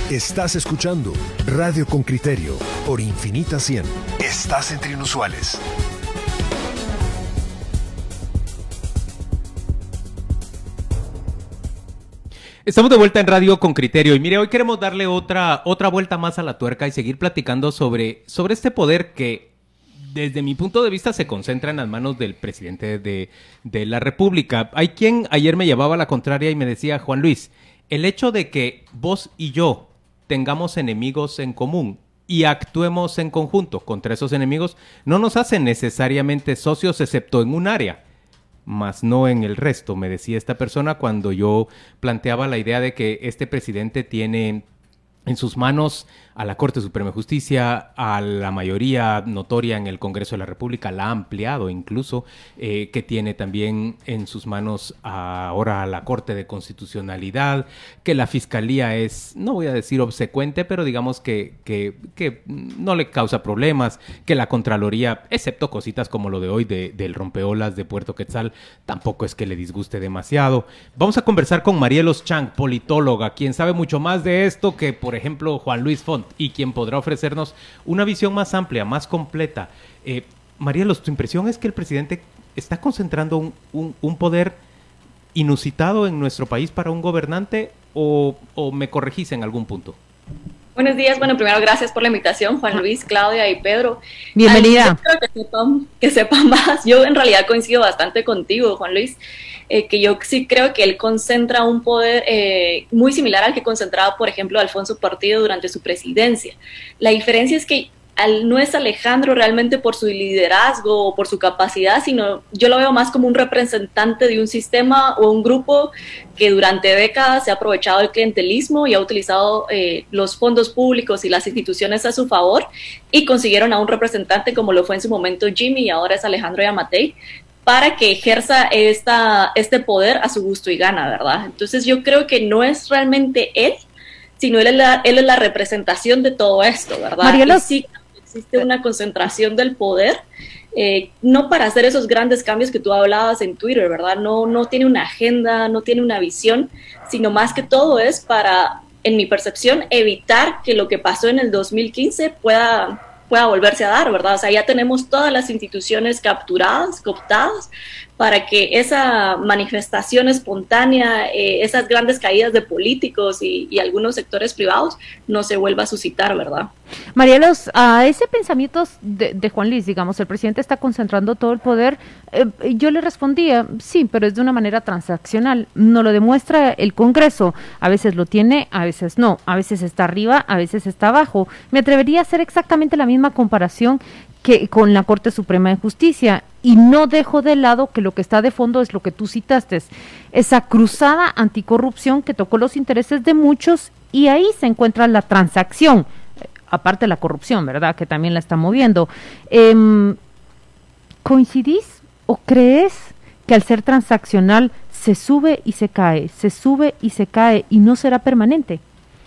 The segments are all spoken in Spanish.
Estás escuchando Radio con Criterio por Infinita 100. Estás entre inusuales. Estamos de vuelta en Radio con Criterio y mire, hoy queremos darle otra vuelta más a la tuerca y seguir platicando sobre este poder que desde mi punto de vista se concentra en las manos del presidente de la República. Hay quien ayer me llevaba la contraria y me decía, Juan Luis, el hecho de que vos y yo tengamos enemigos en común y actuemos en conjunto contra esos enemigos no nos hace necesariamente socios excepto en un área, más no en el resto, me decía esta persona cuando yo planteaba la idea de que este presidente tiene en sus manos a la Corte Suprema de Justicia, a la mayoría notoria en el Congreso de la República, la ha ampliado incluso, que tiene también en sus manos ahora a la Corte de Constitucionalidad, que la Fiscalía es, no voy a decir obsecuente, pero digamos que no le causa problemas, que la Contraloría, excepto cositas como lo de hoy del rompeolas de Puerto Quetzal, tampoco es que le disguste demasiado. Vamos a conversar con Marielos Chang, politóloga, quien sabe mucho más de esto que, por ejemplo, Juan Luis Font, y quien podrá ofrecernos una visión más amplia, más completa. Marielos, ¿tu impresión es que el presidente está concentrando un poder inusitado en nuestro país para un gobernante o me corregís en algún punto? Buenos días. Bueno, primero gracias por la invitación, Juan Luis, Claudia y Pedro. Bienvenida. Que sepan más. Yo en realidad coincido bastante contigo, Juan Luis, que yo sí creo que él concentra un poder muy similar al que concentraba, por ejemplo, Alfonso Partido durante su presidencia. La diferencia es que no es Alejandro realmente por su liderazgo o por su capacidad, sino yo lo veo más como un representante de un sistema o un grupo que durante décadas se ha aprovechado del clientelismo y ha utilizado los fondos públicos y las instituciones a su favor y consiguieron a un representante como lo fue en su momento Jimmy y ahora es Alejandro Yamatei, para que ejerza este poder a su gusto y gana, ¿verdad? Entonces yo creo que no es realmente él, sino él es la representación de todo esto, ¿verdad? Marielos, sí existe una concentración del poder, no para hacer esos grandes cambios que tú hablabas en Twitter, ¿verdad? No tiene una agenda, no tiene una visión, sino más que todo es para, en mi percepción, evitar que lo que pasó en el 2015 pueda volverse a dar, ¿verdad? O sea, ya tenemos todas las instituciones capturadas, cooptadas, para que esa manifestación espontánea, esas grandes caídas de políticos y algunos sectores privados no se vuelva a suscitar, ¿verdad? Marielos, a ese pensamiento de Juan Luis, digamos, el presidente está concentrando todo el poder, yo le respondía, sí, pero es de una manera transaccional, no lo demuestra el Congreso, a veces lo tiene, a veces no, a veces está arriba, a veces está abajo. Me atrevería a hacer exactamente la misma comparación que con la Corte Suprema de Justicia, y no dejo de lado que lo que está de fondo es lo que tú citaste, esa cruzada anticorrupción que tocó los intereses de muchos, y ahí se encuentra la transacción, aparte de la corrupción, ¿verdad?, que también la está moviendo. ¿Coincidís o crees que al ser transaccional se sube y se cae y no será permanente?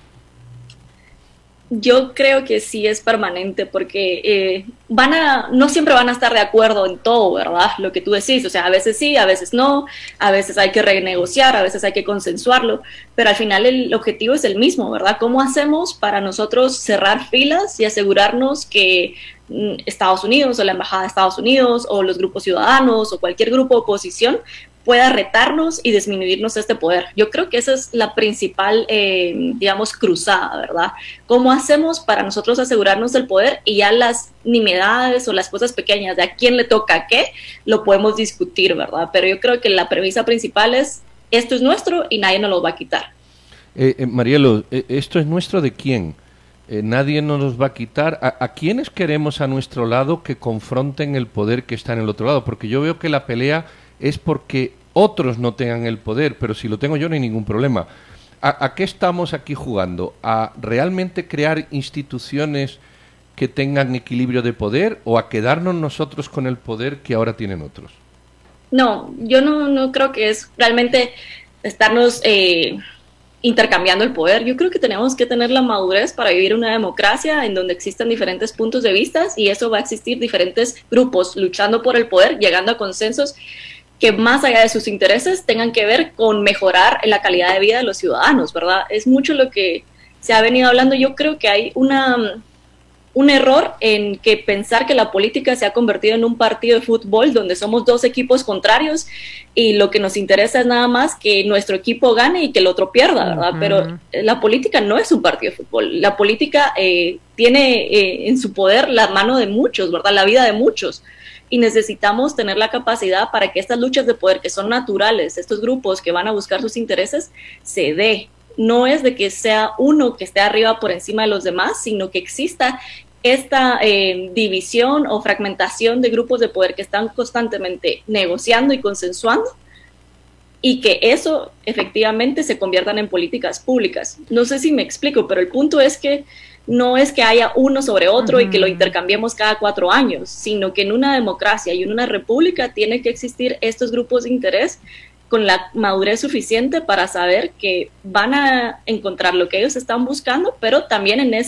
Yo creo que sí es permanente porque no siempre van a estar de acuerdo en todo, ¿verdad? Lo que tú decís, o sea, a veces sí, a veces no, a veces hay que renegociar, a veces hay que consensuarlo, pero al final el objetivo es el mismo, ¿verdad? ¿Cómo hacemos para nosotros cerrar filas y asegurarnos que Estados Unidos o la Embajada de Estados Unidos o los grupos ciudadanos o cualquier grupo de oposición pueda retarnos y disminuirnos este poder? Yo creo que esa es la principal, digamos, cruzada, ¿verdad? ¿Cómo hacemos para nosotros asegurarnos del poder y ya las nimiedades o las cosas pequeñas de a quién le toca qué, lo podemos discutir, ¿verdad? Pero yo creo que la premisa principal es, esto es nuestro y nadie nos lo va a quitar. Marielo, ¿esto es nuestro de quién? Nadie nos los va a quitar. ¿A quiénes queremos a nuestro lado que confronten el poder que está en el otro lado? Porque yo veo que la pelea es porque otros no tengan el poder, pero si lo tengo yo no hay ningún problema. ¿A qué estamos aquí jugando? ¿A realmente crear instituciones que tengan equilibrio de poder o a quedarnos nosotros con el poder que ahora tienen otros? No, yo no creo que es realmente estarnos intercambiando el poder. Yo creo que tenemos que tener la madurez para vivir una democracia en donde existan diferentes puntos de vista y eso va a existir diferentes grupos luchando por el poder, llegando a consensos que más allá de sus intereses tengan que ver con mejorar la calidad de vida de los ciudadanos, ¿verdad? Es mucho lo que se ha venido hablando. Yo creo que hay un error en que pensar que la política se ha convertido en un partido de fútbol donde somos dos equipos contrarios y lo que nos interesa es nada más que nuestro equipo gane y que el otro pierda, ¿verdad? Pero la política no es un partido de fútbol. La política tiene en su poder la mano de muchos, ¿verdad? La vida de muchos. Y necesitamos tener la capacidad para que estas luchas de poder que son naturales, estos grupos que van a buscar sus intereses, se dé. No es de que sea uno que esté arriba por encima de los demás, sino que exista esta división o fragmentación de grupos de poder que están constantemente negociando y consensuando, y que eso efectivamente se conviertan en políticas públicas. No sé si me explico, pero el punto es que no es que haya uno sobre otro y que lo intercambiemos cada 4 años, sino que en una democracia y en una república tiene que existir estos grupos de interés con la madurez suficiente para saber que van a encontrar lo que ellos están buscando, pero también en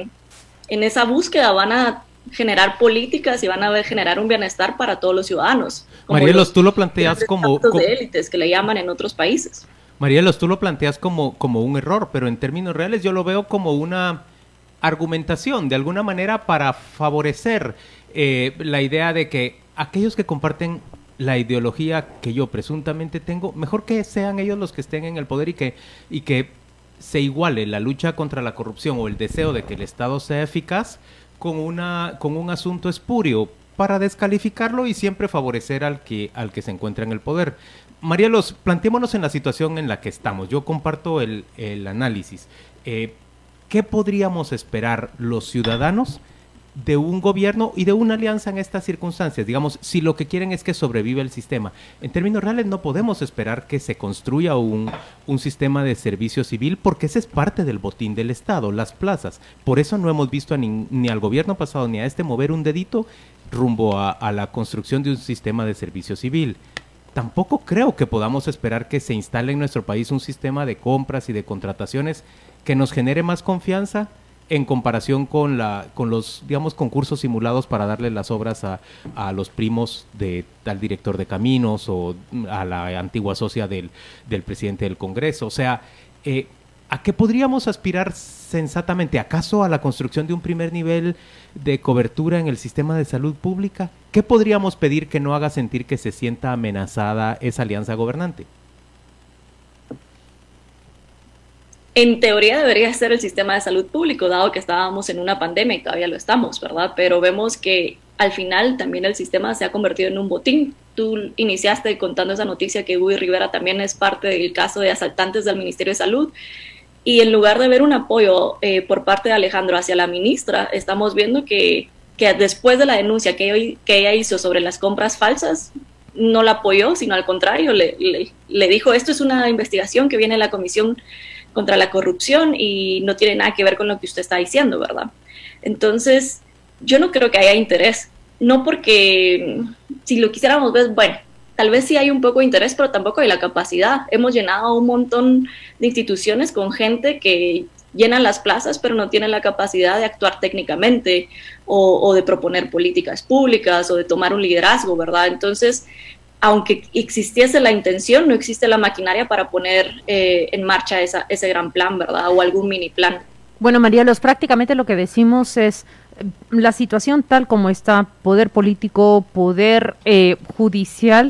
esa búsqueda van a generar políticas y van a generar un bienestar para todos los ciudadanos. Marielos, tú lo planteas como de élites que le llaman en otros países. Marielos, tú lo planteas como un error, pero en términos reales yo lo veo como una argumentación, de alguna manera, para favorecer la idea de que aquellos que comparten la ideología que yo presuntamente tengo, mejor que sean ellos los que estén en el poder y que se iguale la lucha contra la corrupción o el deseo de que el Estado sea eficaz con un asunto espurio para descalificarlo y siempre favorecer al que se encuentra en el poder. Marielos, planteémonos en la situación en la que estamos. Yo comparto el análisis. ¿Qué podríamos esperar los ciudadanos de un gobierno y de una alianza en estas circunstancias? Digamos, si lo que quieren es que sobreviva el sistema. En términos reales no podemos esperar que se construya un sistema de servicio civil, porque ese es parte del botín del Estado, las plazas. Por eso no hemos visto ni al gobierno pasado ni a este mover un dedito rumbo a la construcción de un sistema de servicio civil. Tampoco creo que podamos esperar que se instale en nuestro país un sistema de compras y de contrataciones que nos genere más confianza en comparación con los, digamos, concursos simulados para darle las obras a los primos de tal director de caminos o a la antigua socia del presidente del Congreso. O sea, ¿a qué podríamos aspirar sensatamente? ¿Acaso a la construcción de un primer nivel de cobertura en el sistema de salud pública? ¿Qué podríamos pedir que no haga sentir que se sienta amenazada esa alianza gobernante? En teoría debería ser el sistema de salud público, dado que estábamos en una pandemia y todavía lo estamos, ¿verdad? Pero vemos que al final también el sistema se ha convertido en un botín. Tú iniciaste contando esa noticia que Hugo Rivera también es parte del caso de asaltantes del Ministerio de Salud. Y en lugar de ver un apoyo por parte de Alejandro hacia la ministra, estamos viendo que después de la denuncia que ella hizo sobre las compras falsas, no la apoyó, sino al contrario, le dijo, esto es una investigación que viene de la Comisión contra la Corrupción y no tiene nada que ver con lo que usted está diciendo, ¿verdad? Entonces, yo no creo que haya interés, no porque si lo quisiéramos ver, bueno, tal vez sí hay un poco de interés, pero tampoco hay la capacidad. Hemos llenado un montón de instituciones con gente que llenan las plazas, pero no tienen la capacidad de actuar técnicamente o de proponer políticas públicas o de tomar un liderazgo, ¿verdad? Entonces, aunque existiese la intención, no existe la maquinaria para poner en marcha ese gran plan, ¿verdad? O algún mini plan. Bueno, Marielos, prácticamente lo que decimos es la situación tal como está, poder político, poder judicial,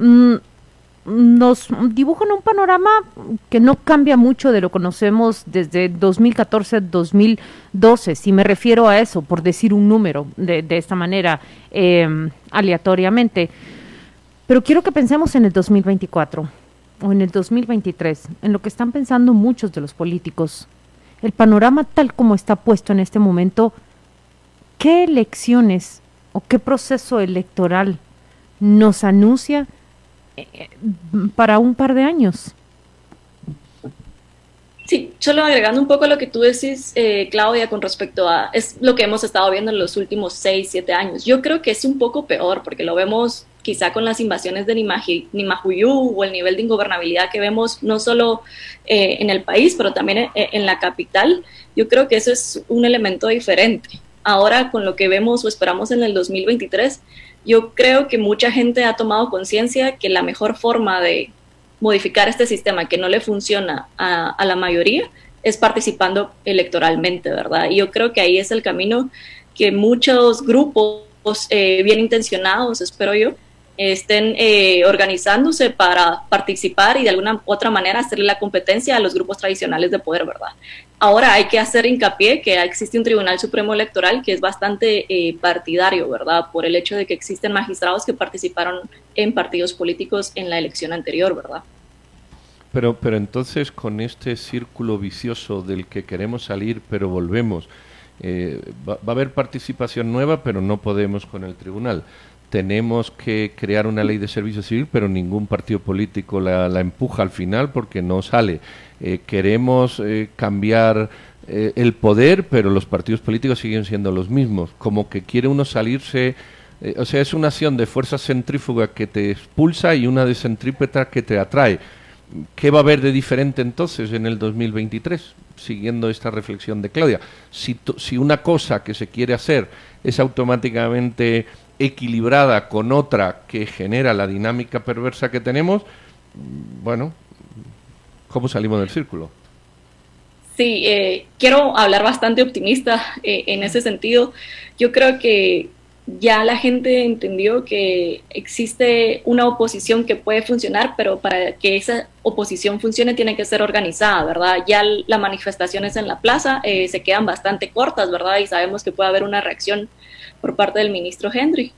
nos dibujan un panorama que no cambia mucho de lo que conocemos desde 2014-2012, si me refiero a eso, por decir un número de esta manera, aleatoriamente. Pero quiero que pensemos en el 2024 o en el 2023, en lo que están pensando muchos de los políticos. El panorama tal como está puesto en este momento, ¿qué elecciones o qué proceso electoral nos anuncia para un par de años? Sí, solo agregando un poco a lo que tú decís, Claudia, con respecto a es lo que hemos estado viendo en los últimos 6, 7 años. Yo creo que es un poco peor porque lo vemos quizá con las invasiones de Nimajuyú o el nivel de ingobernabilidad que vemos no solo en el país, pero también en la capital. Yo creo que eso es un elemento diferente. Ahora, con lo que vemos o esperamos en el 2023, yo creo que mucha gente ha tomado conciencia que la mejor forma de modificar este sistema que no le funciona a la mayoría es participando electoralmente, ¿verdad? Y yo creo que ahí es el camino que muchos grupos bien intencionados, espero yo, estén organizándose para participar y de alguna otra manera hacerle la competencia a los grupos tradicionales de poder, ¿verdad? Ahora hay que hacer hincapié que existe un Tribunal Supremo Electoral que es bastante partidario, ¿verdad? Por el hecho de que existen magistrados que participaron en partidos políticos en la elección anterior, ¿verdad? Pero entonces, con este círculo vicioso del que queremos salir, pero volvemos, va a haber participación nueva, pero no podemos con el tribunal. Tenemos que crear una ley de servicio civil, pero ningún partido político la empuja al final porque no sale. Queremos cambiar el poder, pero los partidos políticos siguen siendo los mismos. Como que quiere uno salirse... o sea, es una acción de fuerza centrífuga que te expulsa y una de centrípeta que te atrae. ¿Qué va a haber de diferente entonces en el 2023? Siguiendo esta reflexión de Claudia. Si una cosa que se quiere hacer es automáticamente equilibrada con otra que genera la dinámica perversa que tenemos, bueno, ¿cómo salimos del círculo? Sí, quiero hablar bastante optimista en ese sentido. Yo creo que ya la gente entendió que existe una oposición que puede funcionar, pero para que esa oposición funcione tiene que ser organizada, ¿verdad? Ya las manifestaciones en la plaza se quedan bastante cortas, ¿verdad? Y sabemos que puede haber una reacción por parte del ministro Henry.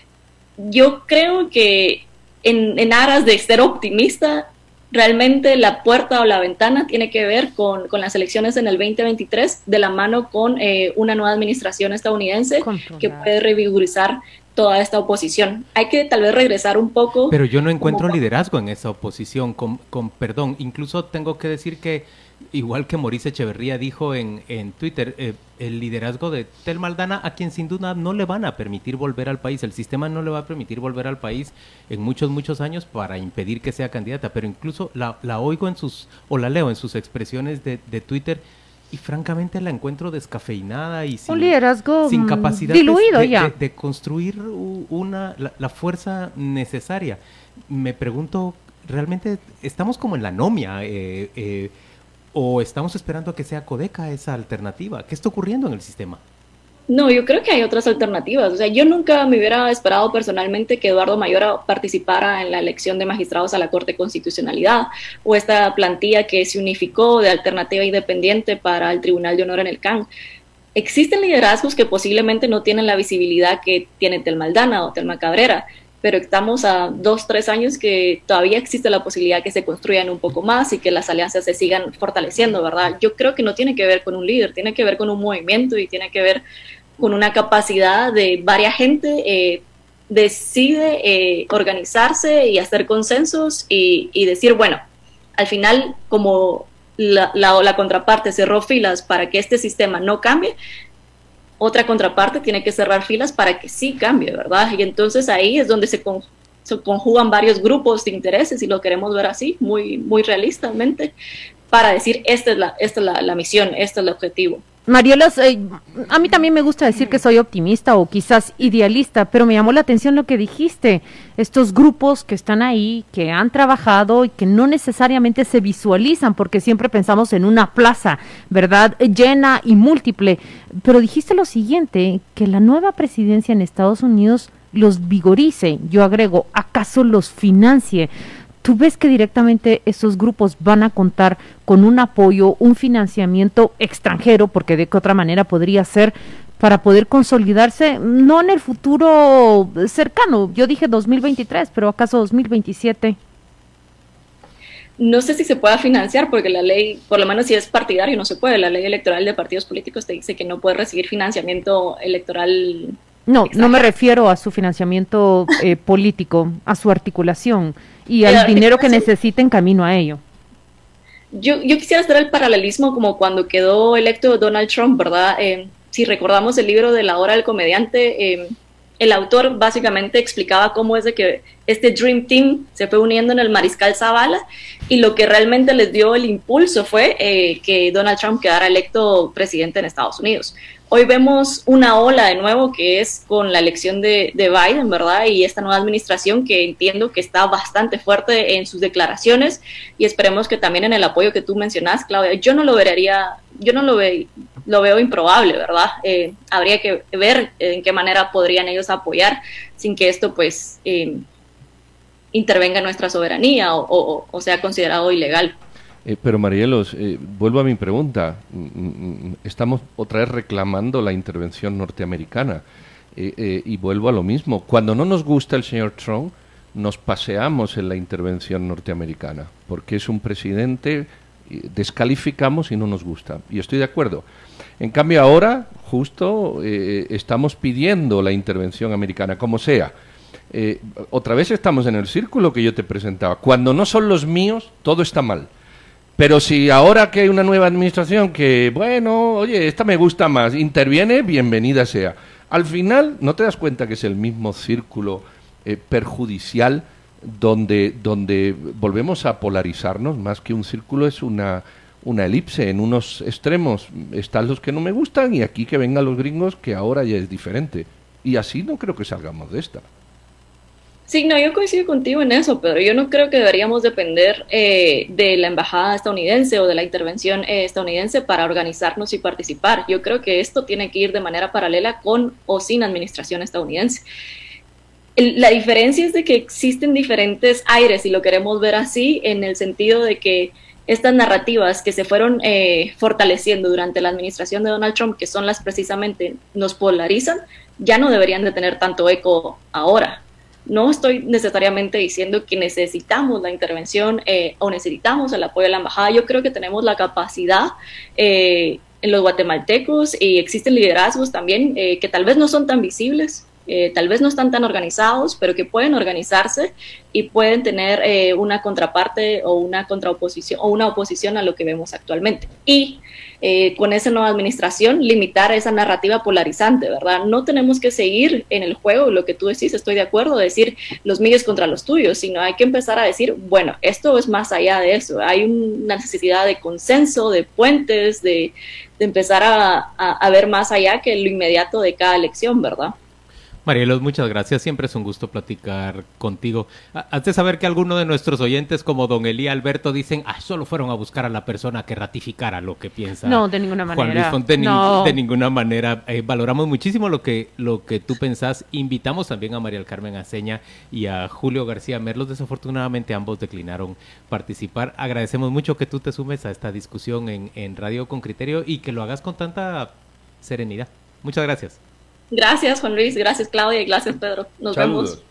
Yo creo que en aras de ser optimista, realmente la puerta o la ventana tiene que ver con las elecciones en el 2023, de la mano con una nueva administración estadounidense que puede revigorizar toda esta oposición. Hay que tal vez regresar un poco. Pero yo no encuentro liderazgo en esa oposición, perdón, incluso tengo que decir que, igual que Maurice Echeverría dijo en Twitter, el liderazgo de Tel Maldana, a quien sin duda no le van a permitir volver al país, el sistema no le va a permitir volver al país en muchos años para impedir que sea candidata, pero incluso la oigo la leo en sus expresiones de Twitter y francamente la encuentro descafeinada y un liderazgo sin capacidad diluido de construir la fuerza necesaria. Me pregunto, ¿realmente estamos como en la anomia? ¿O estamos esperando a que sea Codeca esa alternativa? ¿Qué está ocurriendo en el sistema? No, yo creo que hay otras alternativas. O sea, yo nunca me hubiera esperado personalmente que Eduardo Mayora participara en la elección de magistrados a la Corte de Constitucionalidad o esta plantilla que se unificó de alternativa independiente para el Tribunal de Honor en el CAN. Existen liderazgos que posiblemente no tienen la visibilidad que tiene Tel Maldana o Telma Cabrera, pero estamos a 2-3 años que todavía existe la posibilidad que se construyan un poco más y que las alianzas se sigan fortaleciendo, ¿verdad? Yo creo que no tiene que ver con un líder, tiene que ver con un movimiento y tiene que ver con una capacidad de varias gente decide organizarse y hacer consensos y decir, bueno, al final como la contraparte cerró filas para que este sistema no cambie, otra contraparte tiene que cerrar filas para que sí cambie, ¿verdad? Y entonces ahí es donde se conjugan varios grupos de intereses, y lo queremos ver así, muy realistamente, para decir, esta es la misión, este es el objetivo. Marielos, a mí también me gusta decir que soy optimista o quizás idealista, pero me llamó la atención lo que dijiste, estos grupos que están ahí, que han trabajado y que no necesariamente se visualizan, porque siempre pensamos en una plaza, ¿verdad?, llena y múltiple, pero dijiste lo siguiente, que la nueva presidencia en Estados Unidos los vigorice, yo agrego, ¿acaso los financie? ¿Tú ves que directamente esos grupos van a contar con un apoyo, un financiamiento extranjero, porque de qué otra manera podría ser, para poder consolidarse, no en el futuro cercano? Yo dije 2023, pero ¿acaso 2027? No sé si se pueda financiar, porque la ley, por lo menos si es partidario, no se puede. La ley electoral de partidos políticos te dice que no puedes recibir financiamiento electoral. No, no me refiero a su financiamiento político, a su articulación y al dinero que necesita en camino a ello. Yo quisiera hacer el paralelismo como cuando quedó electo Donald Trump, ¿verdad? Si recordamos el libro de La Hora del Comediante, el autor básicamente explicaba cómo es de que este Dream Team se fue uniendo en el Mariscal Zavala, y lo que realmente les dio el impulso fue que Donald Trump quedara electo presidente en Estados Unidos. Hoy vemos una ola de nuevo que es con la elección de Biden, ¿verdad? Y esta nueva administración que entiendo que está bastante fuerte en sus declaraciones y esperemos que también en el apoyo que tú mencionas, Claudia. Yo no lo veo improbable, ¿verdad? Habría que ver en qué manera podrían ellos apoyar sin que esto pues intervenga en nuestra soberanía o sea considerado ilegal. Pero Marielos, vuelvo a mi pregunta. Estamos otra vez reclamando la intervención norteamericana y vuelvo a lo mismo. Cuando no nos gusta el señor Trump, nos paseamos en la intervención norteamericana, porque es un presidente, descalificamos y no nos gusta. Y estoy de acuerdo. En cambio ahora, justo, estamos pidiendo la intervención americana, como sea. Otra vez estamos en el círculo que yo te presentaba. Cuando no son los míos, todo está mal. Pero si ahora que hay una nueva administración que, bueno, oye, esta me gusta más, interviene, bienvenida sea. Al final, ¿no te das cuenta que es el mismo círculo perjudicial donde volvemos a polarizarnos? Más que un círculo es una elipse. En unos extremos están los que no me gustan y aquí que vengan los gringos, que ahora ya es diferente. Y así no creo que salgamos de esta. Sí, no, yo coincido contigo en eso, pero yo no creo que deberíamos depender de la embajada estadounidense o de la intervención estadounidense para organizarnos y participar. Yo creo que esto tiene que ir de manera paralela con o sin administración estadounidense. La diferencia es de que existen diferentes aires, y lo queremos ver así, en el sentido de que estas narrativas que se fueron fortaleciendo durante la administración de Donald Trump, que son las precisamente nos polarizan, ya no deberían de tener tanto eco ahora. No estoy necesariamente diciendo que necesitamos la intervención o necesitamos el apoyo de la embajada. Yo creo que tenemos la capacidad en los guatemaltecos y existen liderazgos también que tal vez no son tan visibles, tal vez no están tan organizados, pero que pueden organizarse y pueden tener una contraparte o una contraoposición o una oposición a lo que vemos actualmente. Y con esa nueva administración limitar esa narrativa polarizante, ¿verdad? No tenemos que seguir en el juego, lo que tú decís, estoy de acuerdo, decir los míos contra los tuyos, sino hay que empezar a decir, bueno, esto es más allá de eso, hay una necesidad de consenso, de puentes, de empezar a ver más allá que lo inmediato de cada elección, ¿verdad? Marielos, muchas gracias. Siempre es un gusto platicar contigo. Has de saber que algunos de nuestros oyentes, como don Elí Alberto, dicen, solo fueron a buscar a la persona que ratificara lo que piensa. No, de ninguna manera. Juan Luis Fonte, no. De ninguna manera. Valoramos muchísimo lo que tú pensás. Invitamos también a María del Carmen Aceña y a Julio García Merlos. Desafortunadamente ambos declinaron participar. Agradecemos mucho que tú te sumes a esta discusión en Radio con Criterio y que lo hagas con tanta serenidad. Muchas gracias. Gracias, Juan Luis, gracias, Claudia, y gracias, Pedro. Nos vemos.